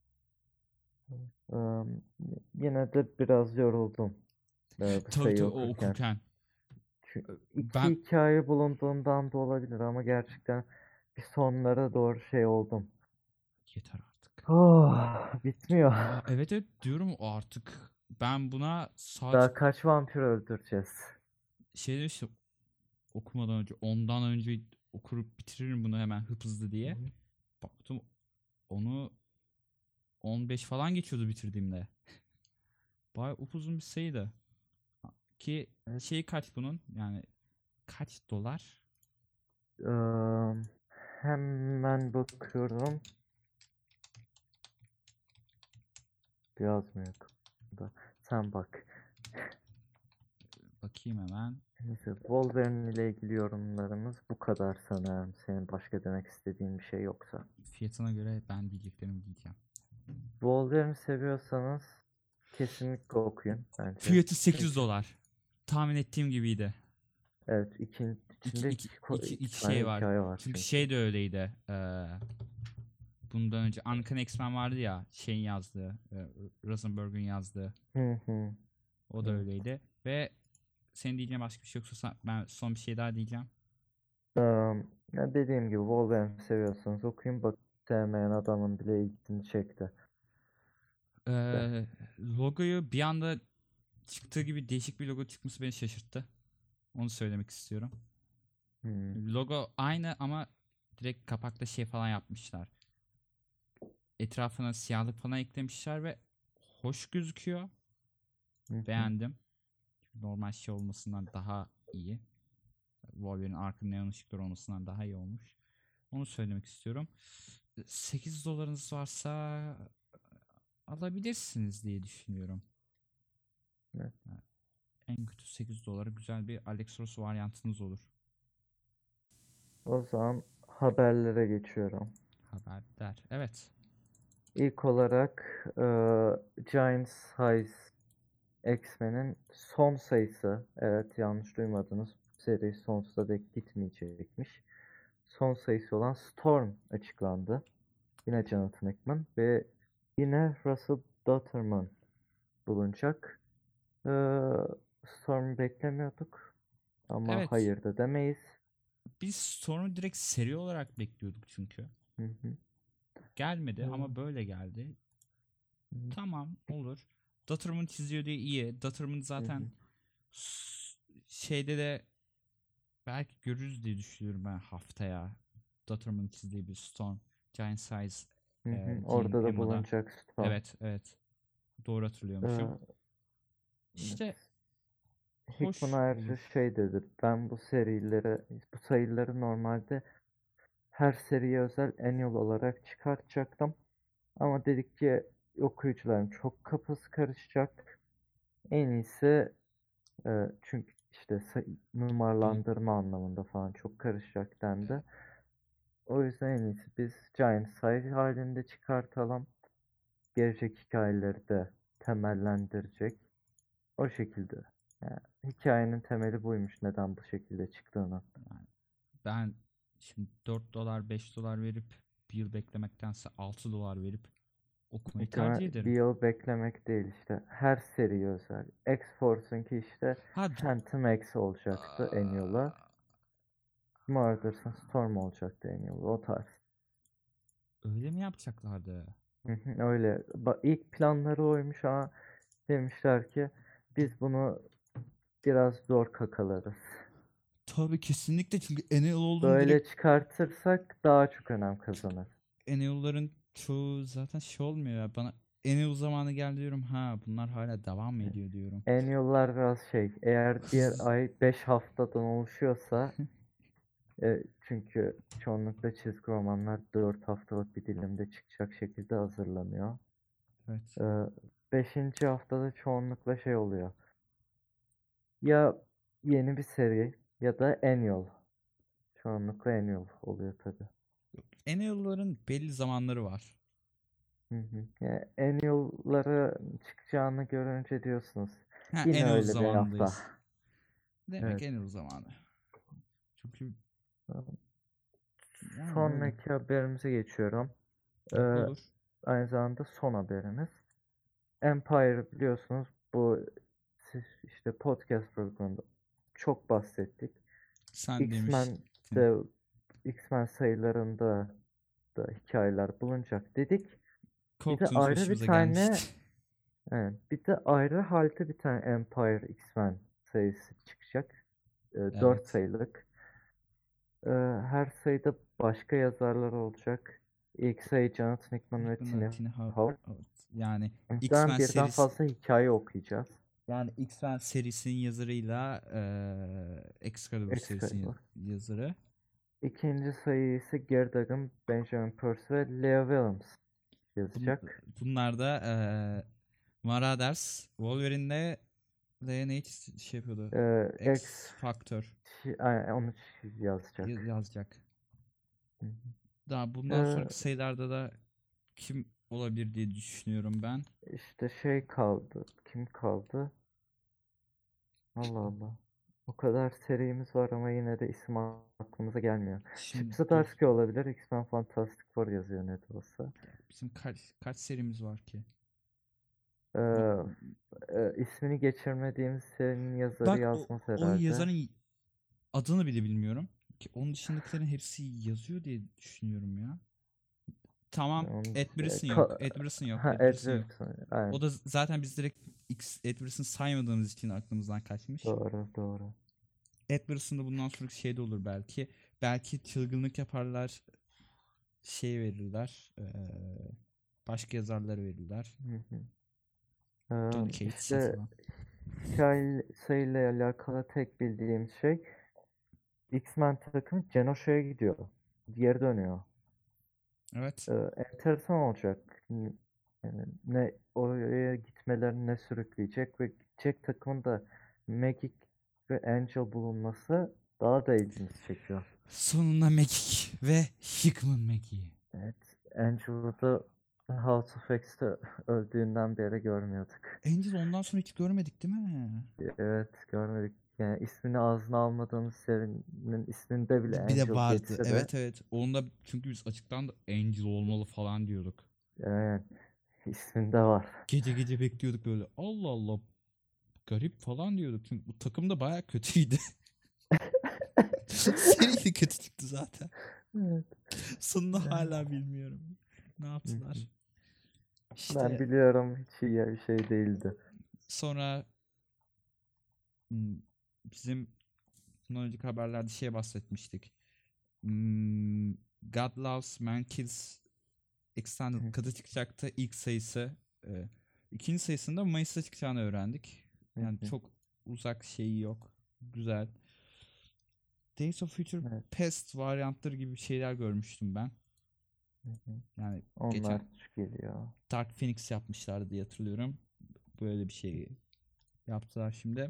Eee, yine de biraz yoruldum eee, bu Tabii sayıyı tabii o okurken. okurken. Çünkü iki Ben hikaye bulunduğundan da olabilir ama gerçekten bir sonlara doğru şey oldum. yeter artık. Oh, bitmiyor. Aa, evet evet diyorum artık ben buna saat Daha kaç vampir öldüreceğiz? şey demiştim okumadan önce ondan önce okurup bitiririm bunu hemen hıp hızlı diye. Hı hı. Baktım onu on beş falan geçiyordu bitirdiğimde. Bayağı upuzun bir sayıydı. Ki Evet. şeyi kaç bunun? Yani kaç dolar? Eee, hemen bakıyorum. Yazmıyor da. Sen bak. Bakayım hemen. Neyse, Wolverine ile ilgili yorumlarımız bu kadar sanırım. Senin başka demek istediğin bir şey yoksa. Fiyatına göre ben diyeceklerimi diyeceğim. Wolverine seviyorsanız kesinlikle okuyun bence. Fiyatı sekiz yüz Çünkü dolar. Tahmin ettiğim gibiydi. evet, ikin, İki, içinde iki, iki, ko- iki, iki iki tane şey var. hikaye var Çünkü çünkü. şey de öyleydi. Ee, bundan önce Uncanny X-Men vardı ya. Şeyin yazdığı. E, Rosenberg'un yazdığı. Hı hı. O da Evet. öyleydi. Ve senin diyeceğin başka bir şey yoksa sen- ben son bir şey daha diyeceğim. Eee, ya dediğim gibi Wolverine seviyorsanız okuyun. Bak, sevmeyen adamın bile ilgisini çekti. De. Ee, logoyu bir anda çıktığı gibi değişik bir logo çıkması beni şaşırttı. Onu söylemek istiyorum. Hı Logo aynı ama direkt kapakta şey falan yapmışlar. Etrafına siyahlık falan eklemişler ve hoş gözüküyor. hı. Hı. Beğendim. Normal şey olmasından daha iyi. Wolverine Ark'ın neon ışıkları olmasından daha iyi olmuş. Onu söylemek istiyorum. sekiz dolarınız varsa alabilirsiniz diye düşünüyorum. Evet. En kötü sekiz dolara güzel bir Alex Ross varyantınız olur. O zaman haberlere geçiyorum. Haber der. Evet. İlk olarak eee Giant Size X-Men'in son sayısı. Evet, yanlış duymadınız. Bu seri sonsuza dek gitmeyecekmiş. Son sayısı olan Storm açıklandı. Yine Jonathan Hickman ve yine Russell Dutterman bulunacak. Eee Storm'u beklemiyorduk ama Evet. hayır da demeyiz. Biz Storm'u direkt seri olarak bekliyorduk çünkü. Hı hı. Gelmedi Eee, ama böyle geldi. hı Tamam olur. Dutterman çiziyor diye iyi. Dutterman hı. zaten s- şeyde de belki görürüz diye düşünüyorum ben haftaya. Dutterman'ın çizdiği bir Storm. Giant Size Hı e, hı. Jean Orada da Ema'da. bulunacak Storm. Evet evet. Doğru hatırlıyormuşum. Eee, İşte evet. Hickman hoş ayrıca olur. şey dedi. Ben bu serileri, bu sayıları normalde her seriye özel annual olarak çıkartacaktım. Ama dedik ki okuyucuların çok kafası karışacak. En iyisi e, çünkü işte say- Bir, numaralandırma anlamında falan çok karışacak dendi. O yüzden en iyisi biz Giant Size halinde çıkartalım. Gelecek hikayeleri de temellendirecek. O şekilde. Yani hikayenin temeli buymuş, neden bu şekilde çıktığını. yani ben şimdi dört dolar beş dolar verip bir yıl beklemektense altı dolar verip okumayı Muhtemelen tercih bir ederim. yıl beklemek değil işte. Her seri özel. X-Force'unki işte Ha d- Phantom X olacaktı en yola. Aa, Murder'sın Storm olacaktı en yola. O tarz. öyle mi yapacaklardı? Hı hı, öyle. Ba- ilk planları oymuş ama demişler ki biz bunu biraz zor kakalarız. Tabii kesinlikle çünkü Enel olduğunu Böyle direkt çıkartırsak daha çok önem kazanır. Enel'ların çoğu zaten şey olmuyor ya bana Enel zamanı geldi diyorum ha bunlar hala devam mı ediyor diyorum. En yollar biraz şey. Eğer bir Hız ay beş haftadan oluşuyorsa e, çünkü çoğunlukla çizgi romanlar dört haftalık bir dilimde çıkacak şekilde hazırlanıyor. evet. E, beşinci haftada çoğunlukla şey oluyor. Ya yeni bir seri ya da annual. Çoğunlukla annual oluyor tabii. Enel'ların belli zamanları var. Hı hı. Ya annual'lara çıkacağını görünce diyorsunuz. Ha Yine Enel öyle bir hafta. zamanındayız. Demek Evet. Enel zamanı. Çünkü yani öyle. Sonraki haberimize geçiyorum. Ee, Olur. aynı zamanda son haberimiz. Empire biliyorsunuz, bu siz işte podcast programında çok bahsettik. Sen demiştin. X-Men'de X-Men sayılarında da hikayeler bulunacak dedik. Bir de Korktuğunuz ayrı bir başımıza tane gelmişti. evet, bir de ayrı halde bir tane Empire X-Men sayısı çıkacak. Ee, dört Evet. sayılık. Ee, her sayıda başka yazarlar olacak. İlk sayı Jonathan Hickman ve Hickman Tini ve Tini Howard. Howard. Yani Muhtemelen X-Men birden serisi fazla hikaye okuyacağız. yani X-Men serisinin yazarıyla eee Excalibur serisinin Excalibur. yaz- yazarı. İkinci sayıyı ise Gary Duggan, Benjamin Percy ve Leo Williams Bun- yazacak. bunlar da eee Marauders, Wolverine'le de ne şey yapıyordu? Ee, X X Factor şi- ay, onu şi- yazacak. yaz- yazacak. Hı hı. Daha bundan Ee, sonraki sayılarda da kim olabilir diye düşünüyorum ben. işte şey kaldı. Kim kaldı? Allah Allah. O kadar serimiz var ama yine de isim aklımıza gelmiyor. Chip Şimdi dur. Zdarsky olabilir. X-Men Fantastic Four yazıyor ne de olsa. Bizim kaç kaç serimiz var ki? Ee, e, ismini geçirmediğimiz serinin yazarı Bak o, yazmaz o herhalde. yazarın adını bile bilmiyorum. Ki onun dışındakilerin hepsi yazıyor diye düşünüyorum ya. Tamam, Onu, Ed Brisson e, yok. ka- Ed Brisson yok. ha, Ed Ed Brisson yok. Wilson. Aynen. O da z- zaten biz direkt X Ed Brisson saymadığımız için aklımızdan kaçmış. Doğru doğru. Ed Brisson da bundan sonraki şey de olur belki. Belki çılgınlık yaparlar. Şey verirler. eee, başka yazarları verirler. Hı hı. Donny Ee, Cates'i işte falan. hikaye sayıyla alakalı tek bildiğim şey X-Men takımı Genosa'ya gidiyor. Geri dönüyor. Evet. Ee, enteresan olacak. N- Yani ne oraya gitmelerini ne sürükleyecek ve gidecek takımın da Magic ve Angel bulunması daha da ilgimizi çekiyor. Sonunda Magik ve Hickman Magik'i. Evet, Angel'ı da House of X'te öldüğünden beri görmüyorduk. Angel ondan sonra hiç görmedik değil mi? Evet, görmedik. Yani ismini ağzına almadığımız serinin isminde bile Bir de Angel vardı. geçse de Evet evet. Onda çünkü biz açıktan da Angel olmalı falan diyorduk. evet, isminde var. Gece gece bekliyorduk böyle. Allah Allah. Garip falan diyorduk. Çünkü bu takım da baya kötüydü. Seri de kötü çıktı zaten. Evet. Sonunu hala bilmiyorum. Ne yaptılar? Ben İşte biliyorum hiç iyi bir şey değildi. sonra hmm, bizim bundan önceki haberlerde şeye bahsetmiştik. Hmm, God Loves Man Kills Extended Katı çıkacaktı ilk sayısı. E, ikinci sayısında Mayıs'ta çıkacağını öğrendik. Yani çok uzak şeyi yok. Güzel. Days of Future Evet. Past varyantları gibi şeyler görmüştüm ben. Yani Onlar geçen geliyor. Dark Phoenix yapmışlardı diye hatırlıyorum. Böyle bir şey yaptılar şimdi.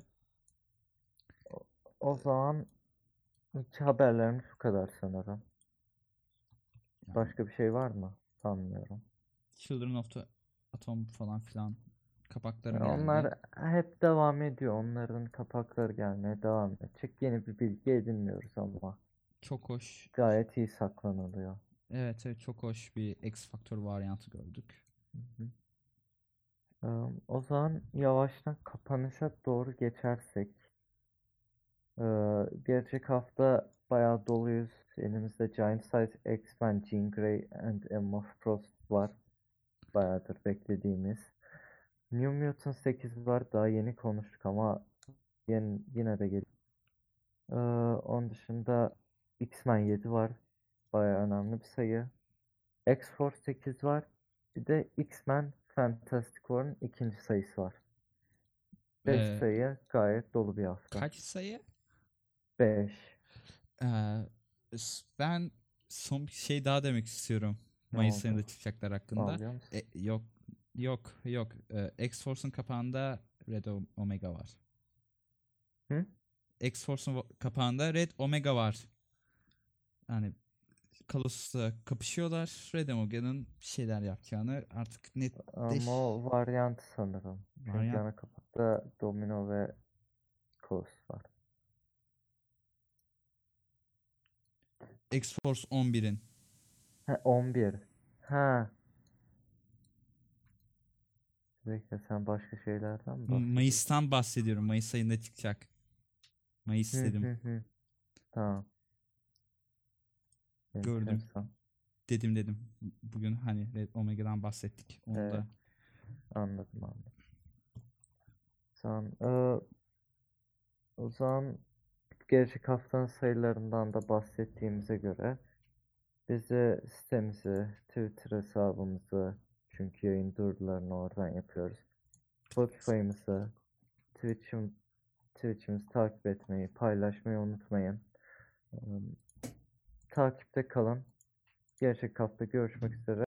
O zaman iki haberlerimiz bu kadar sanırım. Yani Başka bir şey var mı? Sanmıyorum. Children of the Atom falan filan kapakları Yani geldi. onlar hep devam ediyor. Onların kapakları gelmeye devam edecek. Yeni bir bilgi edinmiyoruz ama Çok hoş. gayet iyi saklanılıyor. Evet, evet çok hoş bir X Factor varyantı gördük. Hı hı. Ee, O zaman yavaştan kapanışa doğru geçersek. Ee, gelecek hafta bayağı doluyuz. Elimizde Giant Size X-Men, Jean Grey and Emma Frost var. Bayağıdır beklediğimiz. New Mutants sekiz var. Daha yeni konuştuk ama yine, yine de geliyor. Ee, onun dışında X-Men yedi var. Bayağı önemli bir sayı. X-Force sekiz var. Bir de X-Men Fantastic Four'un ikinci sayısı var. beş Ee, sayı gayet dolu bir hafta. kaç sayı? beş. Ee, s- ben son bir şey daha demek istiyorum. Ne Mayıs oldu? ayında çıkacaklar hakkında. Ağlıyor musun? E, yok yok yok. Ee, X-Force'un kapağında Red O- Omega var. Hı? X-Force'un va- kapağında Red Omega var. Yani Colossus'la kapışıyorlar. Red Omega'nın bir şeyler yapacağını artık netleş... Ama o varyant sanırım. Çünkü Varyant ana kapakta Domino ve Colossus var. X-Force on birin. Ha on bir. Ha. Bekle sen başka şeylerden mi M- bahsediyorsun? Mayıs'tan bahsediyorum. Mayıs ayında çıkacak. Mayıs Hı dedim. hı hı. Tamam. Gördüm. Enteresan. Dedim dedim. Bugün hani Red Omega'dan bahsettik. Onu Evet. da Anladım anladım. Sen, e, o zaman gelecek haftanın sayılarından da bahsettiğimize göre bizi sitemizi, Twitter hesabımızı, çünkü yayın duyurularını oradan yapıyoruz. Spotify'ımızı, Twitch'im, Twitch'imizi takip etmeyi, paylaşmayı unutmayın. Ee, Takipte kalın. Gelecek hafta görüşmek üzere.